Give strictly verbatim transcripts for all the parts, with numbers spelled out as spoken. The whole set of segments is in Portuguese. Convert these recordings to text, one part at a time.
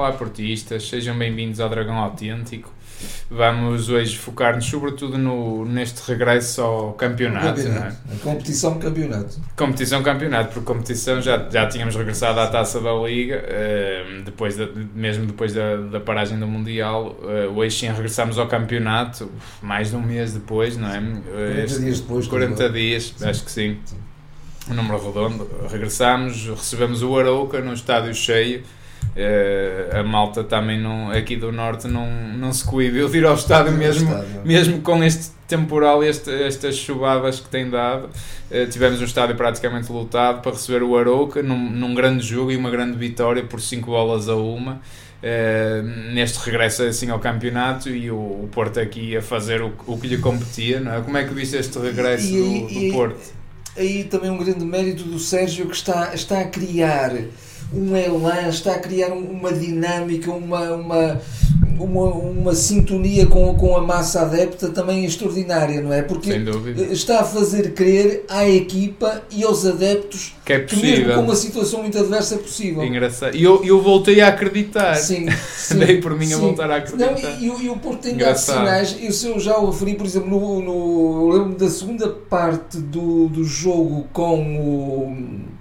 Olá portistas, sejam bem-vindos ao Dragão Autêntico. Vamos hoje focar-nos sobretudo no, neste regresso ao campeonato, campeonato. Não é? A competição campeonato. Competição campeonato, porque competição já, já tínhamos regressado à Taça da Liga, uh, depois da, mesmo depois da, da paragem do Mundial. Uh, hoje sim regressámos ao campeonato, mais de um mês depois, não é? Uh, quarenta este, dias depois. quarenta dias, sim. Acho que sim. sim. Um número redondo. Regressámos, recebemos o Arouca num estádio cheio. Uh, a malta também não, aqui do Norte não, não se coibiu de ir ao estádio, mesmo, estádio. mesmo com este temporal, este, estas chuvadas que tem dado. Uh, tivemos um estádio praticamente lotado para receber o Arouca num, num grande jogo e uma grande vitória por cinco bolas a uma. Uh, neste regresso assim ao campeonato, e o, o Porto aqui a fazer o, o que lhe competia, não é? Como é que viste este regresso e, do, do e, Porto? Aí também um grande mérito do Sérgio, que está, está a criar um elan, está a criar uma dinâmica, uma, uma, uma, uma sintonia com, com a massa adepta também extraordinária, não é? Porque está a fazer crer à equipa e aos adeptos que é possível, que mesmo com uma situação muito adversa é possível. Engraçado. E eu, eu voltei a acreditar. Sim, sim. Dei por mim a sim. voltar a acreditar. Não, e, e o Porto tem dado sinais. Eu, eu já o referi, por exemplo, no, no, eu lembro da segunda parte do, do jogo com o...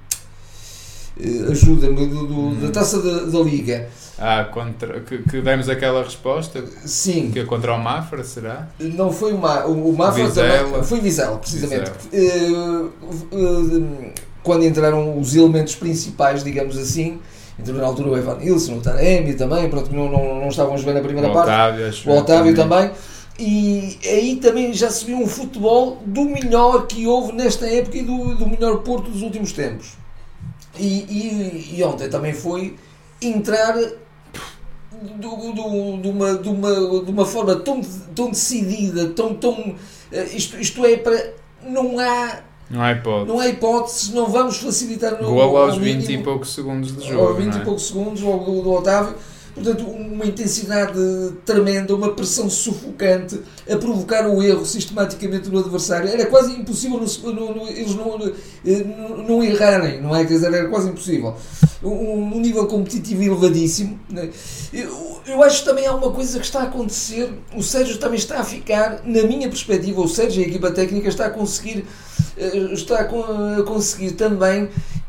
ajuda-me, do, do, hum. da Taça da, da Liga. Ah, contra, que, que demos aquela resposta? Sim. Que é contra o Mafra, será? Não foi o, Ma, o, o Mafra, Vizela. Também, foi Vizela, precisamente. Vizela. Uh, uh, quando entraram os elementos principais, digamos assim, entrou na altura o Evan Nilsson, o Taremi também, pronto, que não, não, não estavam a jogar na primeira o parte. Otávio, acho o Otávio também. também. E aí também já se viu um futebol do melhor que houve nesta época e do, do melhor Porto dos últimos tempos. E, e, e ontem também foi entrar do, do, de, uma, de, uma, de uma forma tão, tão decidida, tão, tão, isto, isto é, para, não há não há hipótese, não há hipótese, não vamos facilitar no gol aos vinte e poucos segundos de jogo, aos vinte e poucos segundos, o gol do Otávio. Portanto, uma intensidade tremenda, uma pressão sufocante, a provocar o erro sistematicamente no adversário. Era quase impossível no, no, no, eles não, no, não errarem, não é? Quer dizer, era quase impossível. Um, um nível competitivo elevadíssimo. Né? Eu, eu acho que também há uma coisa que está a acontecer. O Sérgio também está a ficar, na minha perspectiva, o Sérgio e a equipa técnica está a conseguir, está a conseguir também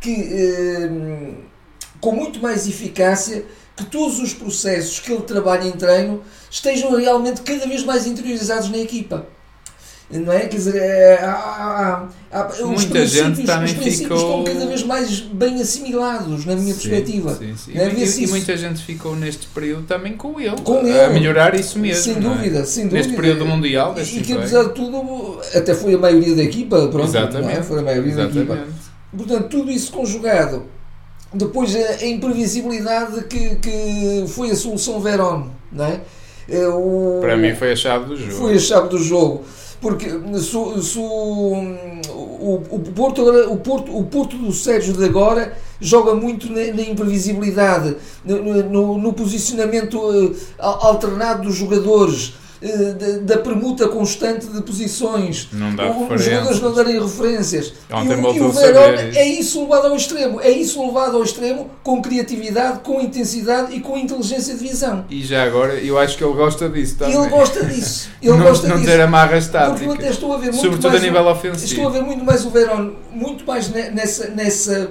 que, com muito mais eficácia, que todos os processos que ele trabalha em treino estejam realmente cada vez mais interiorizados na equipa. Não é? Quer dizer, há, há, há, os muita gente também os princípios ficou... estão cada vez mais bem assimilados, na minha sim, perspectiva. Sim, sim. É? E, e muita gente ficou neste período também com ele, com a, ele. a melhorar isso mesmo. Sem dúvida, é? sem dúvida. Neste período do Mundial. E, e que apesar de tudo, até foi a maioria da equipa. Pronto, exatamente. Não é? Foi a maioria exatamente. da equipa. Portanto, tudo isso conjugado. Depois a imprevisibilidade que, que foi a solução Verón, não é? O, Para mim foi a chave do jogo. Foi a chave do jogo. Porque se, se o, o, o, Porto, o, Porto, o Porto do Sérgio de agora joga muito na, na imprevisibilidade, no, no, no posicionamento alternado dos jogadores, Da, da permuta constante de posições, não dá o, os jogadores não darem referências. Ontem e o, e o Verón é isso levado ao extremo, é isso levado ao extremo com criatividade, com intensidade e com inteligência de visão. E já agora, eu acho que ele gosta disso também. Ele gosta disso. Ele não, gosta não disso. ter amarras táticas. Porque eu até estou a ver muito sobretudo mais a nível o, ofensivo. Estou a ver muito mais o Verón, muito mais nessa, nessa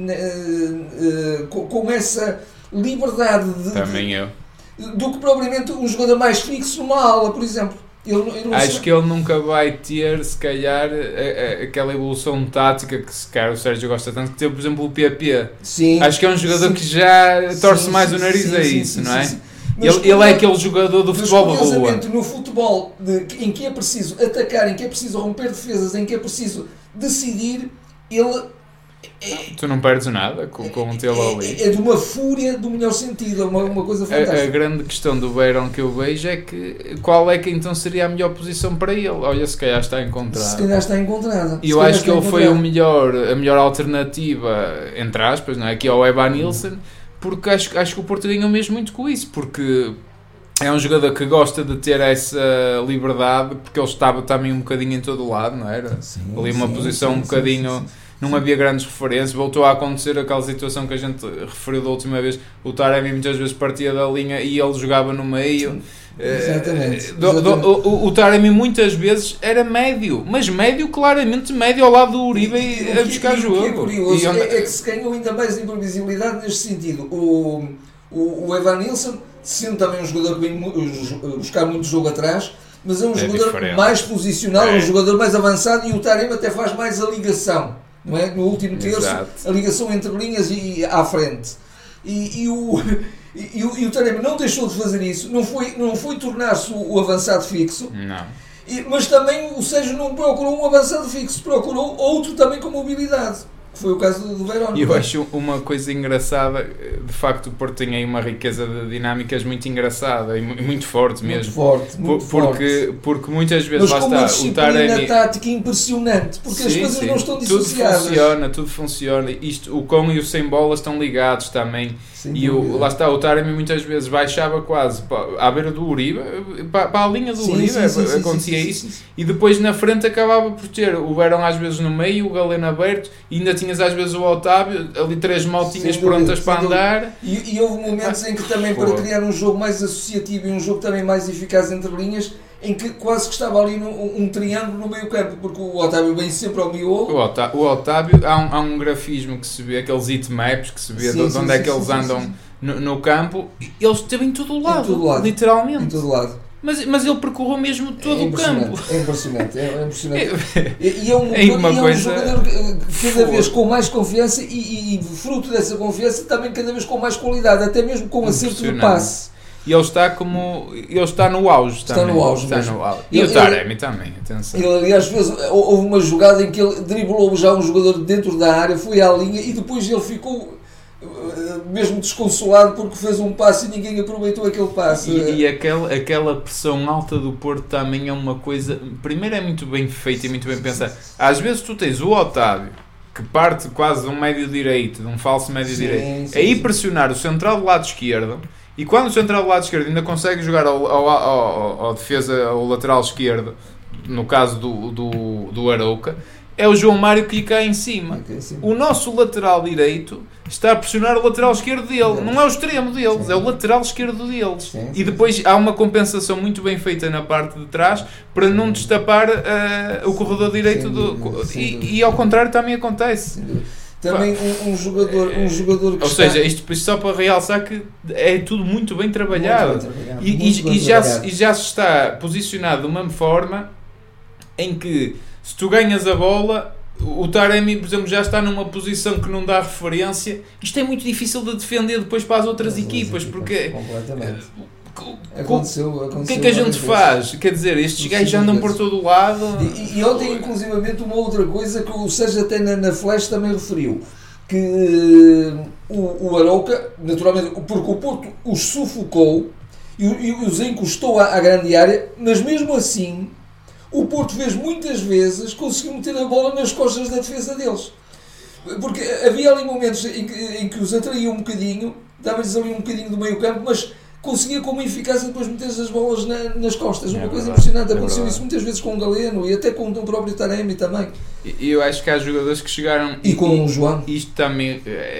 uh, uh, com, com essa liberdade de, também de, eu. do que propriamente um jogador mais fixo numa ala, por exemplo. Eu, eu não Acho sei. que ele nunca vai ter, se calhar, a, a, aquela evolução tática que se calhar o Sérgio gosta tanto, que teve, por exemplo, o P P. Sim, acho que é um jogador sim, que já torce sim, mais sim, o nariz sim, a isso, sim, não é? Sim, sim. Ele, ele é aquele jogador do futebol de rua. No futebol de, em que é preciso atacar, em que é preciso romper defesas, em que é preciso decidir, ele... É, tu não perdes nada com, com um telo é, ali. É, é de uma fúria do melhor sentido, é uma, uma coisa fantástica. A, a grande questão do Verón que eu vejo é que qual é que então seria a melhor posição para ele? Olha, se calhar está encontrada. Se calhar está encontrada. E eu acho que ele foi o melhor, a melhor alternativa, entre aspas, não é? Aqui ao Evan Nilsson, porque acho, acho que o Porto ganhou mesmo muito com isso, porque é um jogador que gosta de ter essa liberdade, porque ele estava também um bocadinho em todo o lado, não era? Sim, ali uma sim, posição sim, um bocadinho... Sim, sim, sim. não Sim. havia grandes referências, voltou a acontecer aquela situação que a gente referiu da última vez, o Taremi muitas vezes partia da linha e ele jogava no meio. Sim. Exatamente. Uh, do, do, o, o Taremi muitas vezes era médio, mas médio, claramente médio ao lado do Uribe e, e, a buscar e, jogo. O que é curioso e onde... é, é que se ganhou ainda mais imprevisibilidade neste sentido. O, o, o Evan Nilsson, sendo também um jogador que vem buscar muito jogo atrás, mas é um é jogador diferente. Mais posicional, é. um jogador mais avançado, e o Taremi até faz mais a ligação, não é? No último terço, Exato. a ligação entre linhas e à frente. E, e o... E, e o Taremi não deixou de fazer isso, não foi, não foi tornar-se o, o avançado fixo, não. E, mas também o Sérgio não procurou um avançado fixo, procurou outro também com mobilidade, que foi o caso do, do Verón. E eu acho uma coisa engraçada, de facto o Porto tem aí uma riqueza de dinâmicas muito engraçada e muito forte mesmo. Muito forte, muito Por, porque, forte. Porque muitas vezes mas lá está o Taremi... tática impressionante, porque sim, as coisas sim. não estão dissociadas. Tudo funciona, tudo funciona. Isto, o com e o sem bola estão ligados também. Sem e o, lá está, o Taremi muitas vezes baixava quase para, à beira do Uribe, para, para a linha do sim, Uribe, sim, sim, acontecia sim, sim, isso, sim, sim. E depois na frente acabava por ter o Verón às vezes no meio, o Galeno aberto, e ainda tinhas às vezes o Otávio, ali três maltinhas prontas para andar. E, e houve momentos em que também, para criar um jogo mais associativo e um jogo também mais eficaz entre linhas, em que quase que estava ali num, um triângulo no meio campo, porque o Otávio vem sempre ao miolo. O Otávio, o Otávio há, um, há um grafismo que se vê, aqueles heatmaps que se vê sim, de sim, onde sim, é que sim, eles sim, andam sim. No, no campo, eles esteve em todo o lado, todo lado literalmente. Em todo lado. Mas, mas ele percorreu mesmo todo é o campo. É impressionante, é impressionante. E, e é um, é uma e é coisa... um jogador cada vez com mais confiança e, e, e fruto dessa confiança também cada vez com mais qualidade, até mesmo com acerto de passe. E ele está como. Ele está no auge está também. No auge está mesmo. no auge. E ele, o Taremi também, atenção. Ele, aliás, fez, houve uma jogada em que ele driblou já um jogador dentro da área, foi à linha e depois ele ficou mesmo desconsolado porque fez um passe e ninguém aproveitou aquele passe. E, e aquela, aquela pressão alta do Porto também é uma coisa. Primeiro, é muito bem feita e muito bem pensada. Às vezes tu tens o Otávio, que parte quase de um médio direito, de um falso médio sim, direito, sim, aí sim. pressionar o central do lado esquerdo. E quando o central do lado esquerdo ainda consegue jogar ao, ao, ao, ao defesa, ao lateral esquerdo, no caso do, do, do Arouca, é o João Mário que lhe cai em cima. Okay, o nosso lateral direito está a pressionar o lateral esquerdo dele. Não é o extremo deles, sim. é o lateral esquerdo deles. Sim, sim, e depois sim. há uma compensação muito bem feita na parte de trás para não destapar uh, o corredor direito. Sim, do, sim, e, e ao contrário também acontece. Também um, um jogador, um jogador que Ou está... seja, isto só para realçar que é tudo muito bem trabalhado. Muito bem trabalhado. E, e, bem e, já se, e já se está posicionado de uma forma em que se tu ganhas a bola, o Taremi, por exemplo, já está numa posição que não dá referência. Isto é muito difícil de defender depois para as outras as equipas, porque... Completamente. Aconteceu, aconteceu o que é que a gente faz? Quer dizer, estes gajos já andam por todo o lado. E, e ontem, inclusivamente, uma outra coisa que o Sérgio até na, na Flash também referiu, que uh, o, o Arouca, naturalmente, porque o Porto os sufocou e, e os encostou à, à grande área, mas mesmo assim o Porto fez muitas vezes, conseguiu meter a bola nas costas da defesa deles. Porque havia ali momentos em que, em que os atraía um bocadinho, dava-lhes ali um bocadinho do meio campo, mas conseguia com uma eficácia depois meter as bolas na, nas costas. Uma é coisa verdade, impressionante. É Aconteceu verdade. Isso muitas vezes com o Galeno e até com o próprio Taremi também. E eu acho que há jogadores que chegaram... E, e com o João. Isto também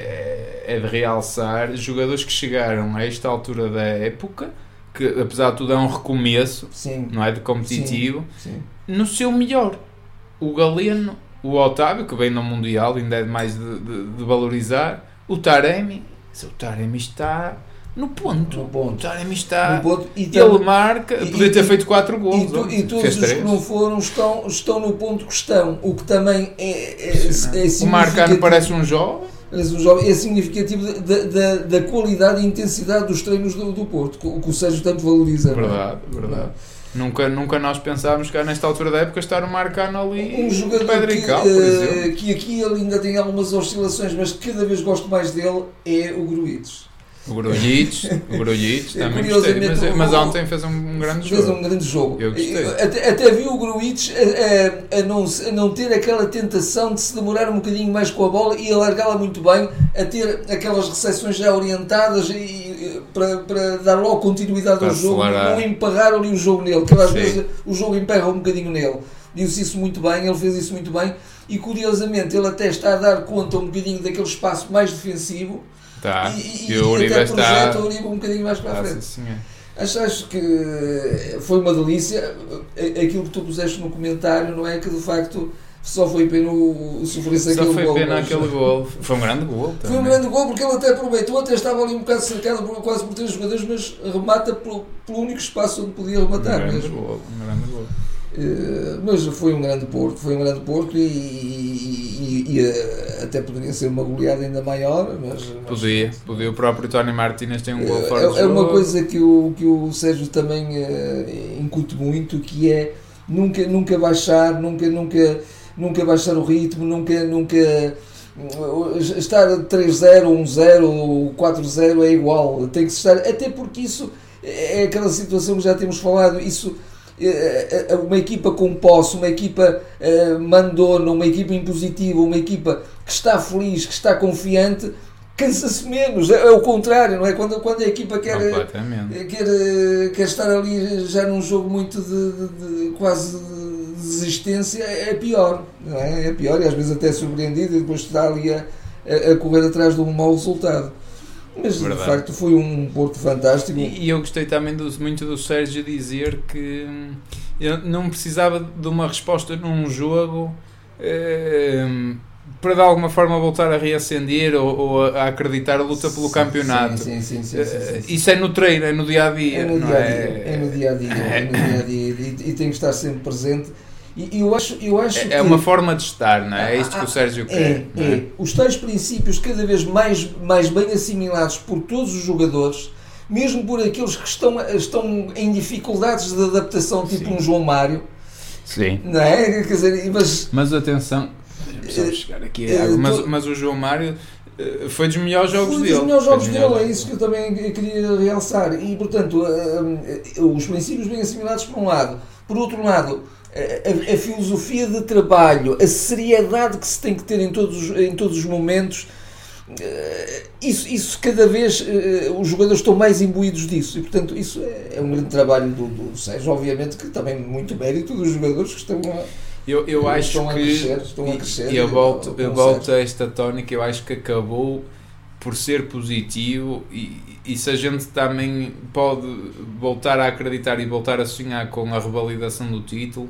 é, é de realçar. Jogadores que chegaram a esta altura da época, que apesar de tudo é um recomeço, sim. não é, de competitivo, sim. Sim. no seu melhor. O Galeno, o Otávio, que vem no Mundial, ainda é mais de, de, de valorizar. O Taremi. O Taremi está... No ponto. no ponto, o Taremi está, no ponto. E ele tam... marca, e, podia ter feito quatro gols. E, tu, e todos os que não foram estão, estão no ponto que estão, o que também é, é, é significativo. O Marcano parece um jovem. Parece um jovem, é significativo da, da, da qualidade e intensidade dos treinos do, do Porto, que, que o Sérgio tanto valoriza. Verdade, não? verdade. Não. Nunca, nunca nós pensávamos que nesta altura da época estar o Marcano ali um jogador Pedro que, Cal, por exemplo. que aqui ele ainda tem algumas oscilações, mas cada vez gosto mais dele, é o Gruites. O Grolhites, o Grolhites também gostei, mas, o, mas ontem fez um grande fez jogo. Fez um grande jogo. Eu gostei. Até, até vi o Gruites a, a, a, não, a não ter aquela tentação de se demorar um bocadinho mais com a bola e alargá-la muito bem, a ter aquelas recepções já orientadas e, e, para, para dar logo continuidade para ao jogo, acelerar. Não emperrar ali o jogo nele, que às Sim. vezes o jogo emperra um bocadinho nele. disse isso muito bem, ele fez isso muito bem, e curiosamente ele até está a dar conta um bocadinho daquele espaço mais defensivo, tá. e, e, e, o Uribe até projeta está... o Uribe um bocadinho mais para a ah, frente. sim, Acho, acho que foi uma delícia. Aquilo que tu puseste no comentário, não é? Que de facto só foi pena o sofrer-se aquele gol. Só foi pena mas... aquele gol. Foi um grande gol. Foi um grande gol porque ele até aproveitou, até estava ali um bocado cercado por, quase por três jogadores, mas remata pelo, pelo único espaço onde podia rematar. Um grande mesmo. gol, um grande gol. Uh, mas foi um grande Porto, foi um grande Porto e, e, e, e até poderia ser uma goleada ainda maior, mas, mas podia, podia. O próprio Tony Martínez tem um gol uh, fora é, de é jogo. uma coisa que o, que o Sérgio também uh, incute muito, que é nunca, nunca baixar, nunca, nunca, nunca baixar o ritmo, nunca, nunca uh, estar três zero, um zero, quatro zero é igual, tem que estar, até porque isso é aquela situação que já temos falado, isso. Uma equipa com posse, uma equipa uh, mandona, uma equipa impositiva, uma equipa que está feliz, que está confiante, cansa-se menos. É, é o contrário, não é? Quando, quando a equipa quer, quer, quer estar ali já num jogo muito de, de, de quase de desistência, é pior, não é? É pior e às vezes até surpreendido e depois está ali a, a correr atrás de um mau resultado. Mas verdade. De facto foi um Porto fantástico. E, e eu gostei também do, muito do Sérgio dizer que eu não precisava de uma resposta num jogo eh, para de alguma forma voltar a reacender ou, ou a acreditar a luta pelo sim, campeonato. Sim, sim, sim, sim, sim, sim. Isso é no treino, é no dia a dia. É no não dia a dia, é? é no dia a dia, é no dia a dia e, e tem que estar sempre presente. E eu acho, eu acho é, que é uma forma de estar, não é? É isto que o Sérgio quer. É, é. é. Os tais princípios cada vez mais, mais bem assimilados por todos os jogadores, mesmo por aqueles que estão, estão em dificuldades de adaptação, tipo Sim. um João Mário. Sim. Não é? Quer dizer, mas, mas atenção, precisamos chegar aqui a água, mas, mas o João Mário foi dos melhores jogos foi dele. Foi dos melhores jogos dele, é isso que eu também queria realçar. E, portanto, os princípios bem assimilados por um lado. Por outro lado, A, a filosofia de trabalho, a seriedade que se tem que ter em todos, em todos os momentos, isso, isso cada vez os jogadores estão mais imbuídos disso e portanto isso é, é um grande trabalho do, do Sérgio, obviamente que também muito mérito dos jogadores que estão a, eu, eu acho estão que a crescer, estão a crescer e eu volto, eu volto a esta tónica, eu acho que acabou por ser positivo e, e se a gente também pode voltar a acreditar e voltar a sonhar com a revalidação do título,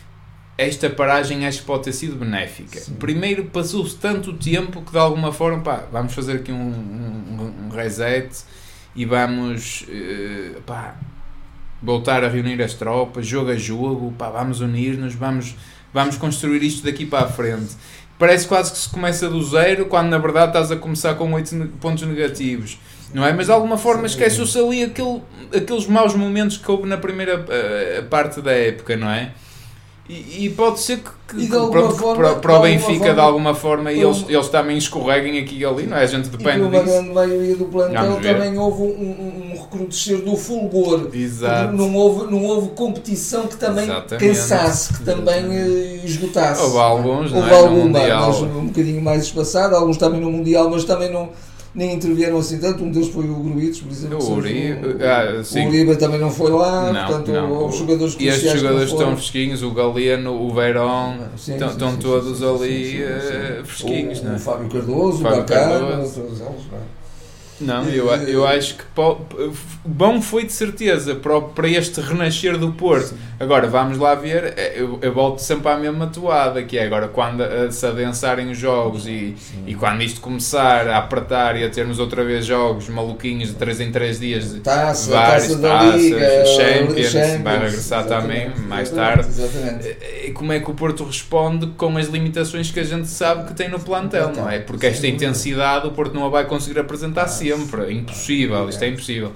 esta paragem acho que pode ter sido benéfica. Sim. Primeiro passou-se tanto tempo que de alguma forma pá, vamos fazer aqui um, um, um reset e vamos uh, pá, voltar a reunir as tropas, jogo a jogo, pá, vamos unir-nos, vamos, vamos construir isto daqui para a frente. Parece quase que se começa do zero, quando na verdade estás a começar com oito pontos negativos, não é? Mas de alguma forma esquece-se ali aquele, aqueles maus momentos que houve na primeira uh, parte da época, não é? E, e pode ser que, que, que pronto, forma, para, para o Benfica forma, de alguma forma e eles, eles também escorreguem aqui e ali, não é? A gente depende e disso. E grande maioria do plantel também houve um, um, um recrudescer do fulgor. Exato. Não houve, não houve competição que também Exatamente. cansasse, que também uh, esgotasse. Houve alguns, houve não é? algum, no Mundial. Mas um bocadinho mais espaçado, alguns também no Mundial, mas também não... nem intervieram assim tanto, um deles foi o Gruitos, por exemplo. O Uribe, o, ah, sim. o Uribe também não foi lá, não, portanto não. os jogadores e estes jogadores estão fresquinhos, o Galeno, o Verón, sim, estão, sim, estão sim, todos sim, ali sim, sim, sim. Uh, fresquinhos. O, não é? o Fábio Cardoso, o, Fábio Bacana, Cardoso. todos eles, não é? Não, eu, eu acho que bom foi de certeza para, para este renascer do Porto. Agora vamos lá ver, eu, eu volto sempre à mesma toada, que é agora quando se adensarem os jogos e, e quando isto começar a apertar e a termos outra vez jogos maluquinhos de três em três dias, de taça, vários taça da taças, Liga, Champions, Champions, vai regressar também mais tarde. Exatamente. E como é que o Porto responde com as limitações que a gente sabe que tem no plantel, não é? Porque esta intensidade o Porto não a vai conseguir apresentar sempre. Sempre, é impossível, isto é impossível.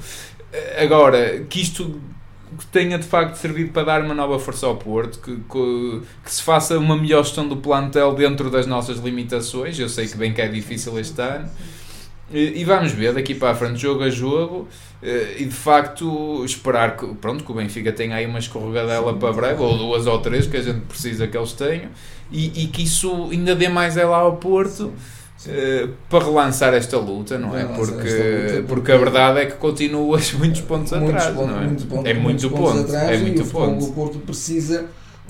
Agora, que isto tenha de facto servido para dar uma nova força ao Porto, que, que, que se faça uma melhor gestão do plantel dentro das nossas limitações, eu sei que bem que é difícil este ano, e, e vamos ver daqui para a frente, jogo a jogo, e de facto esperar que, pronto, que o Benfica tenha aí uma escorregadela para breve, ou duas ou três, que a gente precisa que eles tenham, e, e que isso ainda dê mais é lá ao Porto. Uh, para relançar esta luta, não é? Porque, luta, porque, porque a verdade é que continuas muitos pontos muitos atrás, pontos, não é? Muitos pontos, é muito ponto, ponto, atrás, é muito e ponto. O Porto precisa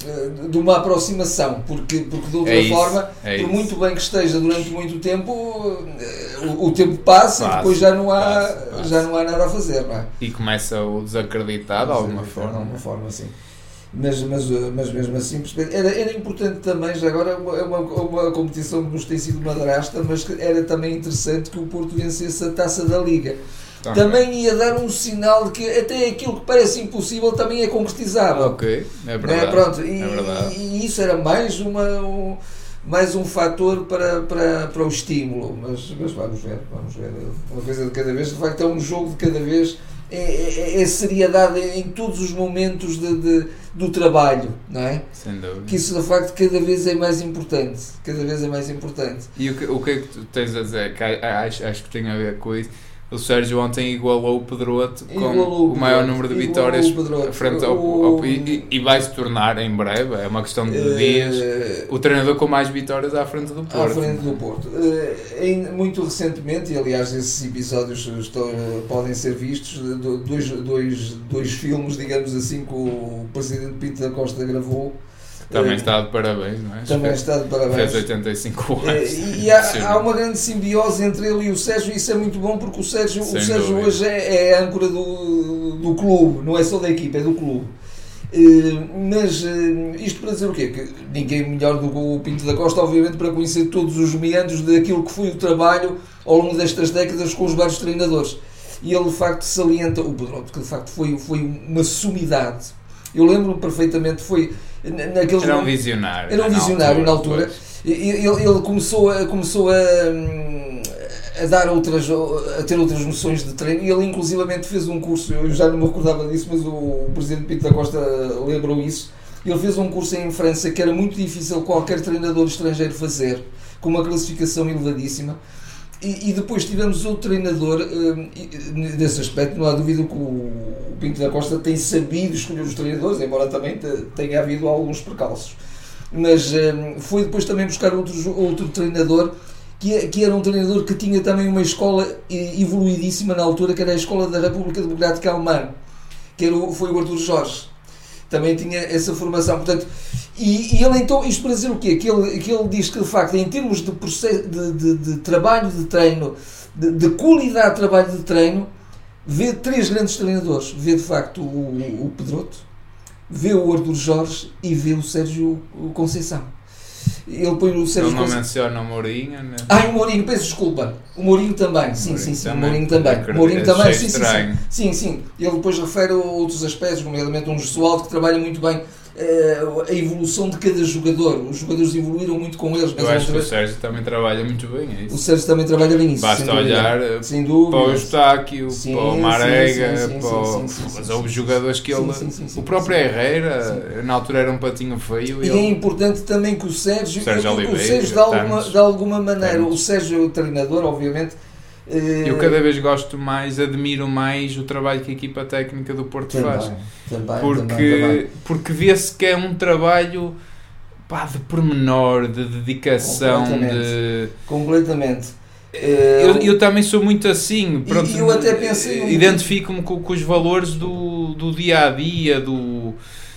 de uma aproximação, porque, porque de outra é isso, forma, é por isso. muito bem que esteja durante muito tempo, o, o tempo passa, passa e depois já não, há, passa, passa. já não há nada a fazer, não é? E começa o desacreditar de alguma forma. De alguma forma, sim. Mas, mas, mas mesmo assim, era, era importante também, já agora, uma, uma, uma competição que nos tem sido madrasta, mas que era também interessante que o Porto vencesse a Taça da Liga. Também. também ia dar um sinal de que até aquilo que parece impossível também é concretizável. Ok, é verdade. É, pronto, e, é verdade. E, e isso era mais, uma, um, mais um fator para, para, para o estímulo, mas, mas vamos ver, vamos ver. Uma coisa de cada vez, de facto é um jogo de cada vez, é, é, é seriedade em todos os momentos de, de, do trabalho, não é? Sem dúvida. Que isso de facto cada vez é mais importante, cada vez é mais importante. E o que, o que é que tu tens a dizer? Que acho, acho que tem a ver com isso. O Sérgio ontem igualou o Pedroto com igualou o maior número de vitórias frente ao, o... ao, e, e vai se tornar em breve, é uma questão de uh, dias, o treinador com mais vitórias à frente do Porto. À frente do Porto. Uh, muito recentemente, e aliás esses episódios estão, podem ser vistos, dois, dois, dois filmes, digamos assim, que o presidente Pinto da Costa gravou. Também está de parabéns, não é? Também fez, está de parabéns. Fez oitenta e cinco anos. E, e há, há uma grande simbiose entre ele e o Sérgio, e isso é muito bom porque o Sérgio, o Sérgio hoje é, é a âncora do, do clube, não é só da equipa, é do clube. Mas isto para dizer o quê? Que ninguém melhor do que o Pinto da Costa, obviamente, para conhecer todos os meandros daquilo que foi o trabalho ao longo destas décadas com os vários treinadores. E ele de facto salienta o Pedro, porque de facto foi, foi uma sumidade. Eu lembro-me perfeitamente, foi naqueles era um visionário. Era um visionário na altura. Na altura. Ele, ele começou, a, começou a, a dar outras, a ter outras noções de treino, e ele inclusivamente fez um curso, eu já não me recordava disso, mas o, o presidente Pinto da Costa lembrou isso. Ele fez um curso em França que era muito difícil qualquer treinador estrangeiro fazer, com uma classificação elevadíssima. E, e depois tivemos outro treinador, uh, nesse aspecto não há dúvida que o, o Pinto da Costa tem sabido escolher os treinadores, embora também te, tenha havido alguns percalços. Mas uh, foi depois também buscar outro, outro treinador, que, que era um treinador que tinha também uma escola evoluidíssima na altura, que era a Escola da República Democrática Alemã, que era o, foi o Artur Jorge. Também tinha essa formação, portanto, e, e ele então, isto para dizer o quê? Que ele, que ele diz que de facto, em termos de, processo, de, de, de trabalho de treino, de, de qualidade de trabalho de treino, vê três grandes treinadores, vê de facto o, o Pedroto, vê o Artur Jorge e vê o Sérgio Conceição. Ele põe o Sérgio Ele não Conce... menciona o Mourinho, né? Ah, o Mourinho, peço desculpa. O Mourinho também, sim, Mourinho sim, sim. também. O Mourinho também. É O Mourinho também, sim, sim, estranho. sim. Sim, sim. Ele depois refere outros aspectos, nomeadamente um Jesualdo que trabalha muito bem uh, a evolução de cada jogador. Os jogadores evoluíram muito com eles. Eu acho que o Sérgio também trabalha muito bem, é isso. O Sérgio também trabalha bem isso. Basta olhar sem dúvida. para o Eustáquio, sim, para o Marega, sim, sim, para o... sim, sim, sim, Mas sim, houve sim, jogadores que ele... sim, sim, sim, o próprio sim, Herrera, sim. na altura era um patinho feio. E ele... é importante também que o Sérgio, o Sérgio, o, Oliveira, o Sérgio de, alguma, de alguma maneira, Temos. o Sérgio, o treinador, obviamente, eu cada vez gosto mais, admiro mais o trabalho que a equipa técnica do Porto também, faz. Também, porque, também, também. porque vê-se que é um trabalho, pá, de pormenor, de dedicação, completamente. de... Completamente. Eu, eu também sou muito assim, pronto, e eu até pensei um identifico-me com, com os valores do, do dia-a-dia, do...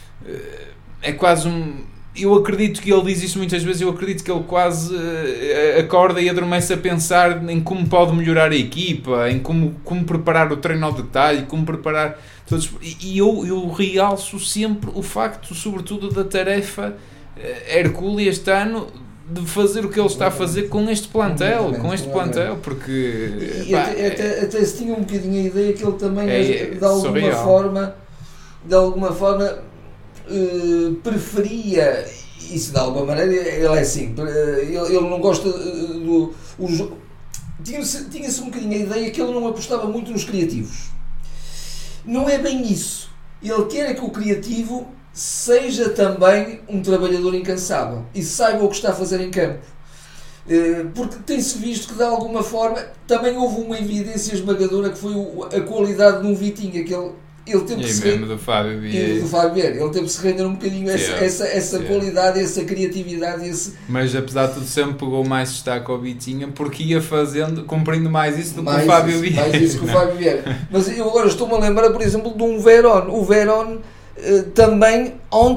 É quase um... Eu acredito que ele diz isso muitas vezes, eu acredito que ele quase uh, acorda e adormece a pensar em como pode melhorar a equipa, em como, como preparar o treino ao detalhe, como preparar todos. E, e eu, eu realço sempre o facto, sobretudo, da tarefa uh, hercúlea este ano, de fazer o que ele está a fazer com este plantel, com este plantel, porque... E, e até, até, até se tinha um bocadinho a ideia que ele também, é, de alguma surreal. forma, de alguma forma... Uh, preferia isso de alguma maneira. Ele é assim, ele, ele não gosta uh, do o, tinha-se, tinha-se um bocadinho a ideia que ele não apostava muito nos criativos. Não é bem isso. Ele quer é que o criativo seja também um trabalhador incansável e saiba o que está a fazer em campo, uh, porque tem-se visto que de alguma forma também houve uma evidência esmagadora que foi o, a qualidade de um Vitinha, que ele Ele teve e que se mesmo do Fábio Vieira. do Fábio Vieira. Ele teve que se render um bocadinho essa, yeah. essa, essa yeah. qualidade, essa criatividade. Esse... Mas apesar de tudo, sempre pegou mais destaque ao Vitinha porque ia fazendo, cumprindo mais isso do mais que o Fábio isso, Vieira. Mais isso que o Fábio Vieira. Mas eu agora estou-me a lembrar, por exemplo, de um Verón. O Verón uh, também ontem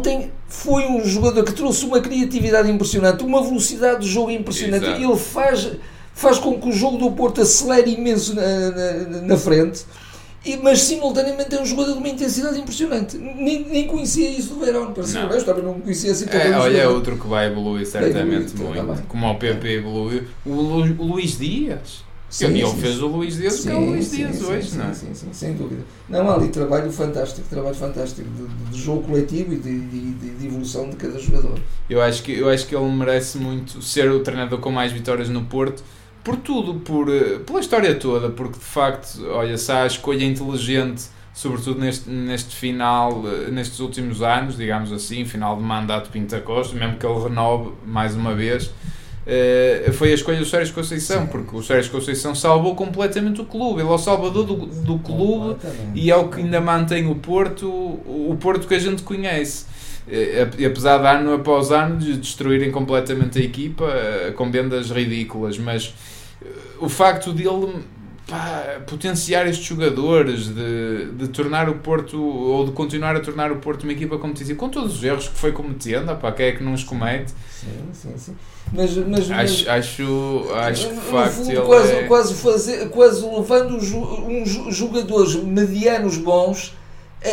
foi um jogador que trouxe uma criatividade impressionante, uma velocidade de jogo impressionante. Exato. Ele faz, faz com que o jogo do Porto acelere imenso na, na, na frente, e, mas simultaneamente é um jogador de uma intensidade impressionante. Nem, nem conhecia isso do Verón, pareceu. Eu também não conhecia assim tão é, bem. Olha, é jogador. outro que vai evoluir certamente Vai evoluir, muito, também. como o P P evoluiu. O, Lu, o Luís Dias. Sim, ele sim, fez sim. o Luís Dias, Sim, que é o Luís sim, Dias sim, hoje, sim, não é? Sim, sim, sem dúvida. Não, há ali trabalho fantástico, trabalho fantástico de, de, de jogo coletivo e de, de, de, de evolução de cada jogador. Eu acho, que, eu acho que ele merece muito ser o treinador com mais vitórias no Porto, por tudo, por, pela história toda, porque de facto, olha, se há a escolha inteligente, sobretudo neste, neste final, nestes últimos anos, digamos assim, final de mandato Pinto Costa, mesmo que ele renove mais uma vez, Uh, foi a escolha do Sérgio Conceição, porque o Sérgio Conceição salvou completamente o clube. Ele é o salvador do, do clube e é o que ainda mantém o Porto, o Porto que a gente conhece. Uh, apesar de ano após ano de destruírem completamente a equipa uh, com vendas ridículas, mas uh, o facto dele pá, potenciar estes jogadores, de, de tornar o Porto, ou de continuar a tornar o Porto uma equipa competitiva, com todos os erros que foi cometendo, pá, quem é que não os comete? Sim, sim, sim. Mas, mas, acho, mas, acho, acho que de no facto fundo, ele quase, é... quase, fazer, quase levando uns um, jogadores medianos bons a,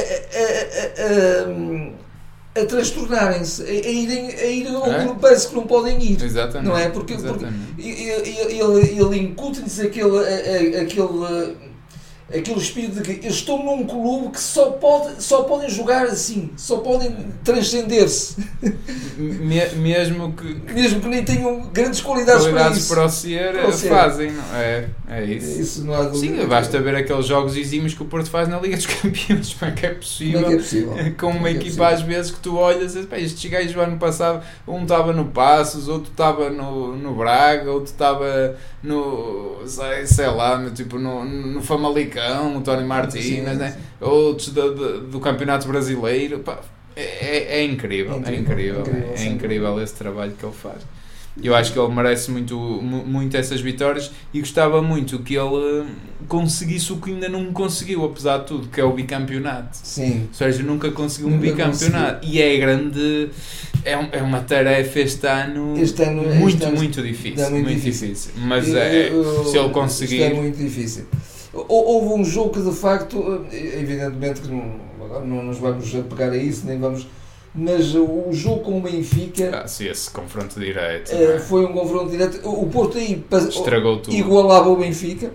a, a, a, a transtornarem-se, a, a irem, a irem ao É? grupo, parece que não podem ir. Exatamente. Não é? Porque, porque Exatamente. ele, ele, ele incute-lhes aquele, a, a, aquele, aquele espírito de que eles estão num clube que só, pode, só podem jogar assim, só podem transcender-se. Me, mesmo que Mesmo que nem tenham grandes qualidades, qualidades para para o isso. ser, Para o ser. fazem, não é? É isso. Isso não há dúvida. Sim, basta ver aqueles jogos exímios que o Porto faz na Liga dos Campeões. Como é que é possível? Como é que é possível? Com uma Como é que é equipa às vezes que tu olhas e pá, estes gajos do ano passado, um estava no Passos, outro estava no, no Braga, outro estava no, sei, sei lá, no, tipo no, no Famalicão, o Tony Martínez, Sim, né? sim. Outros do, do, do Campeonato Brasileiro. Pá, é, é, incrível, é incrível, é incrível, incrível, é sim. incrível esse trabalho que ele faz. Eu acho que ele merece muito, muito essas vitórias e gostava muito que ele conseguisse o que ainda não conseguiu, apesar de tudo, que é o bicampeonato. Sim. O Sérgio nunca conseguiu um Nunca bicampeonato conseguiu. e é grande, é, um, é uma tarefa este ano, Este ano muito, este ano muito difícil, é muito muito difícil. difícil. Mas Eu- é, eu- se ele conseguir, Isto é muito difícil. Hou- Houve um jogo que de facto, evidentemente que não, agora não nos vamos pegar a isso, nem vamos. Mas o jogo com o Benfica ah, se esse confronto direto eh, não é? foi um confronto direto. O Porto aí pas- Estragou tudo. igualava o Benfica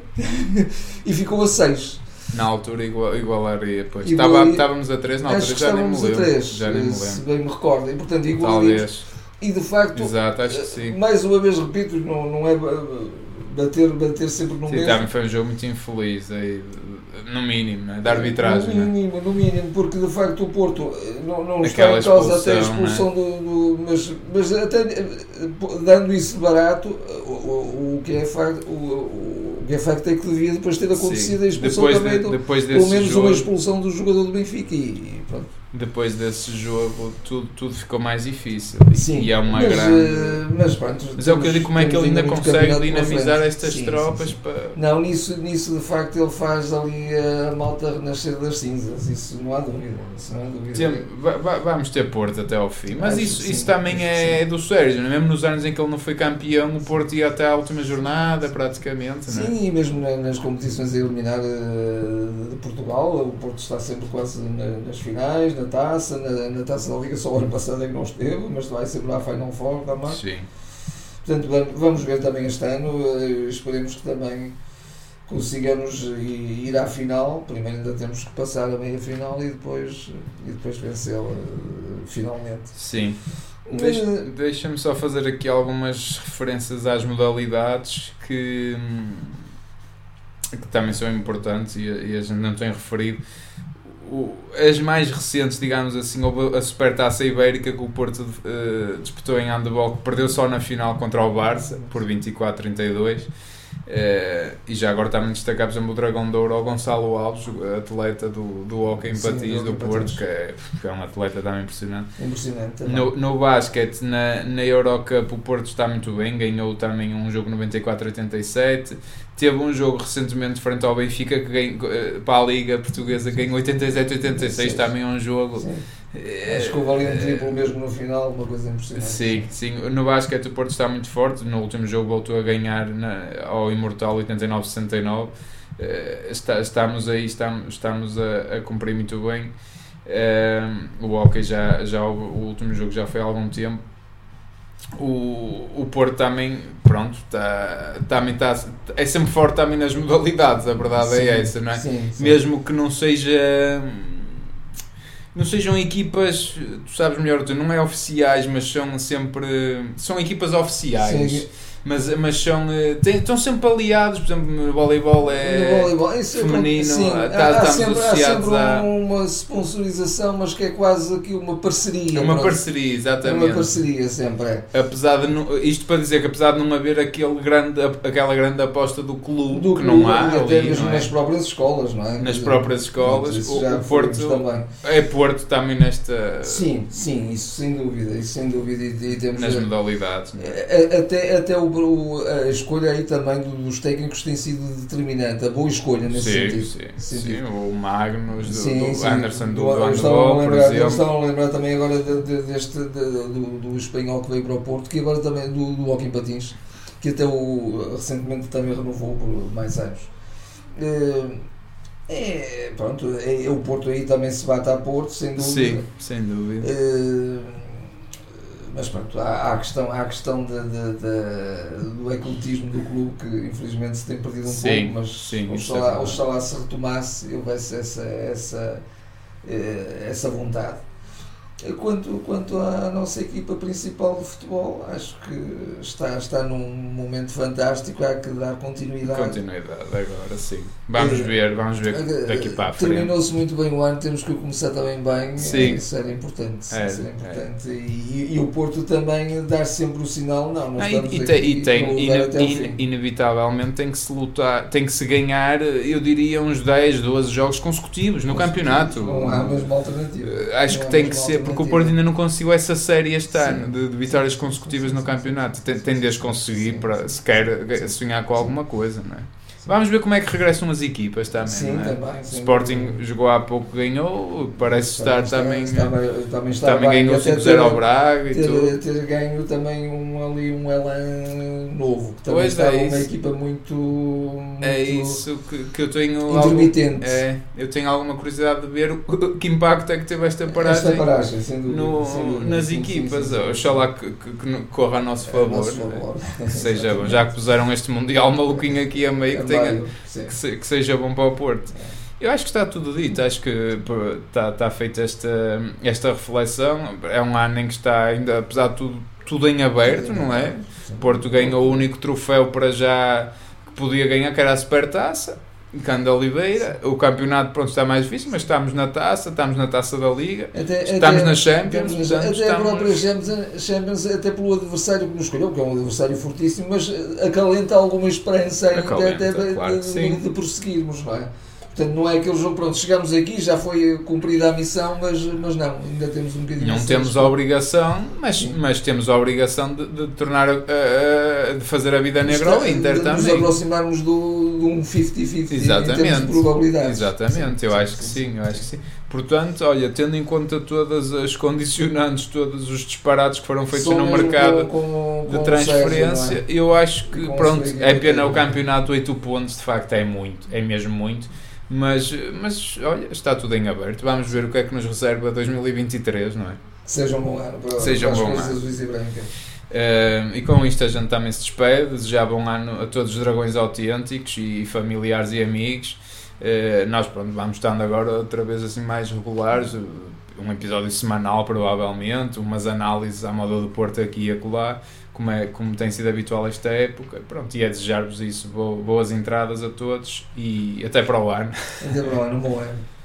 e ficou a seis. Na altura igual, igualaria, pois. Igual- Estava, estávamos a três, na Acho altura que já nem me estávamos a lembro. três, Já nem me se lembro. bem me recordo. E portanto igualaríamos. Talvez. E de facto, Exato, acho que sim. mais uma vez repito, não, não é ba- bater, bater sempre no Sim, mesmo. também foi um jogo muito infeliz, aí, no mínimo, né? Da arbitragem. No né? mínimo, no mínimo, porque de facto o Porto eh, não, não está Aquela em causa até a expulsão, expulsão do, do- mas, mas até eh, dando isso de barato, o, o, o que é facto, o, o que é facto é que devia depois ter acontecido Sim. a expulsão Depois, também de, do, depois pelo desse menos jogo, uma expulsão do jogador do Benfica e, e pronto. depois desse jogo tudo, tudo ficou mais difícil. E, Sim, e é uma mas, grande. eh, mas, pronto, Mas é o que eu digo, como é que ele ainda temos consegue campeonato pela dinamizar frente. estas Sim, tropas sim, sim. para. Não, nisso, nisso de facto ele faz ali a malta renascer das cinzas, isso não há dúvida. Isso não há dúvida. Tem- va- va- vamos ter Porto até ao fim, mas Acho isso, que sim, isso também acho que é sim. do Sérgio, mesmo nos anos em que ele não foi campeão, o Porto ia até à última jornada praticamente. Não é? Sim, e mesmo na- nas competições a eliminar eh, de Portugal, o Porto está sempre quase na- nas finais, na taça, na, na taça da Liga, só o ano passado é que não esteve, mas vai sempre lá à Final Four também. Sim. Portanto, vamos- vamos ver também este ano, eh, esperemos que também consigamos i- ir à final. Primeiro ainda temos que passar a meia final e depois, e depois vencê-la eh, finalmente. Sim. Mas, Deixa- Deixa-me só fazer aqui algumas referências às modalidades que, hum, que também são importantes e a, e a gente não tem referido. O- as mais recentes, digamos assim, houve a Supertaça Ibérica que o Porto eh, disputou em handball, que perdeu só na final contra o Barça por vinte e quatro a trinta e dois. Eh, e já agora também destacar, por exemplo, o Dragão de Ouro ao Gonçalo Alves, o atleta do, do Hóquei em Sim, Patins do do Hóquei em Porto, Patins. que é, que é um atleta também impressionante. impressionante também. No, no basquete, na, na Eurocup, o Porto está muito bem, ganhou também um jogo noventa e quatro a oitenta e sete. teve um jogo recentemente frente ao Benfica que ganhou, para a Liga Portuguesa ganhou oitenta e sete a oitenta e seis, também é um jogo. É, acho que houve ali um triplo mesmo no final, uma coisa impressionante. Sim, sim. No basquete o Porto está muito forte, no último jogo voltou a ganhar na, ao Imortal oitenta e nove a sessenta e nove. Está, estamos aí, estamos, estamos a, a cumprir muito bem. Um, o hockey já, já o, o último jogo já foi há algum tempo. O, o Porto também, pronto, tá, também tá, é sempre forte também nas modalidades, a verdade sim, é essa, não é? Sim, sim. Mesmo que não seja, não sejam equipas, tu sabes melhor, tu não é oficiais, mas são sempre, são equipas oficiais. Sim. Mas, mas são, tem, estão sempre aliados, por exemplo, no voleibol é no voleibol, isso feminino, sim, tá, há, estamos há sempre, associados há sempre a... uma sponsorização, mas que é quase aqui uma parceria. Uma pronto. parceria, exatamente. É uma parceria sempre, é. Apesar de não, isto para dizer que apesar de não haver aquele grande, aquela grande aposta do clube, do que clube, não há, e até ali, mesmo não é? nas próprias escolas, não é? Nas próprias escolas, isso o, já o Porto também. É Porto também nesta... Sim, sim, isso sem dúvida, isso sem dúvida. E, e temos nas a, modalidades. Não é? Até, até o, o, a escolha aí também dos técnicos tem sido determinante, a boa escolha nesse sim, sentido. Sim, sentido. sim, o Magnus, do, sim, do sim. Anderson, do, do, do handball, por lembrar, exemplo. Estão a lembrar também agora de, de, deste, de, do, do espanhol que veio para o Porto, que agora também do, do hockey em patins, que até o, recentemente também renovou por mais anos. É, pronto, é, o Porto aí também se bate a Porto, sem dúvida. Sim, sem dúvida. É, mas pronto, há, há a questão, há a questão de, de, de, do ecletismo do clube, que infelizmente se tem perdido um sim, pouco, mas sim, oxalá, é oxalá se retomasse e houvesse essa, essa, essa vontade. Quanto, quanto à nossa equipa principal de futebol, acho que está, está num momento fantástico, há que dar continuidade. Continuidade, agora sim. Vamos é, ver, vamos ver daqui para a frente. Terminou-se muito bem o ano, temos que começar também bem, sim. Isso era importante. É, isso era importante. É. E, e o Porto também dar sempre o sinal, não, nós ah, estamos e, aqui e tem, ine, até ine, inevitavelmente tem que se lutar, tem que se ganhar, eu diria, uns dez, doze jogos consecutivos no campeonato. Não há mesmo alternativa. Acho não que tem que ser, porque o Porto ainda não conseguiu essa série este ano de, de vitórias consecutivas sim, sim, no campeonato. Tem, tem de as conseguir sim, para se quer sonhar com alguma coisa, não é? Vamos ver como é que regressam as equipas também. Sim, não é? também. Sim, Sporting também. Jogou há pouco, ganhou, parece estar está, também. Está, também está também bem, ganhou cinco zero ao Braga ter, e tudo. Ter ganho também um, ali um elan novo, que também pois está é uma equipa muito, muito. É isso que, que eu tenho. Intermitente. Algum, é, eu tenho alguma curiosidade de ver o, que impacto é que teve esta paragem, esta paragem sem dúvida, no, sem dúvida, nas sim, equipas. Sim, sim, sim. Oxalá que, que, que corra a nosso favor. É, nosso favor. Né? Que seja bom. Já que puseram este Mundial maluquinho aqui a meio, que, tenha, que, se, que seja bom para o Porto. Eu acho que está tudo dito, acho que está, está feita esta, esta reflexão. É um ano em que está ainda, apesar de tudo, tudo em aberto, não é? Porto ganhou o único troféu para já que podia ganhar, que era a Supertaça, Canda Oliveira. O campeonato, pronto, está mais difícil, mas estamos na taça, estamos na taça da Liga, até, estamos até, na Champions. Estamos, portanto, até estamos... a própria Champions, Champions, até pelo adversário que nos escolheu, que é um adversário fortíssimo, mas acalenta alguma esperança ainda acalenta, até claro de, de, de prosseguirmos, não é? Portanto, não é aquele jogo, pronto, chegamos aqui, já foi cumprida a missão, mas, mas não, ainda temos um bocadinho... Não temos a obrigação, mas, mas temos a obrigação de, de tornar, uh, uh, de fazer a vida negra ao Inter de, também. De nos aproximarmos do, de um cinquenta cinquenta Exatamente. em termos de probabilidades. Exatamente, sim, eu sim, acho sim, que sim, sim, eu acho que sim. Portanto, olha, tendo em conta todas as condicionantes, todos os disparates que foram feitos Só no mercado com, com, de com transferência, Sérgio, é? Eu acho que, pronto, é pena o campeonato, oito pontos, de facto é muito, é mesmo muito. Mas, mas, olha, está tudo em aberto. Vamos ver o que é que nos reserva dois mil e vinte e três, não é? Seja um bom ano para, Seja para um bom as coisas ano. azuis e brancas. Uh, e com isto a gente também se despede. Desejar bom ano a todos os dragões autênticos e familiares e amigos. Uh, nós, pronto, vamos estando agora outra vez assim mais regulares. Um episódio semanal, provavelmente. Umas análises à moda do Porto aqui e acolá. Como, é, como tem sido habitual esta época, pronto, e é desejar-vos isso, boas entradas a todos e até para o ano. Até para o ano, bom ano.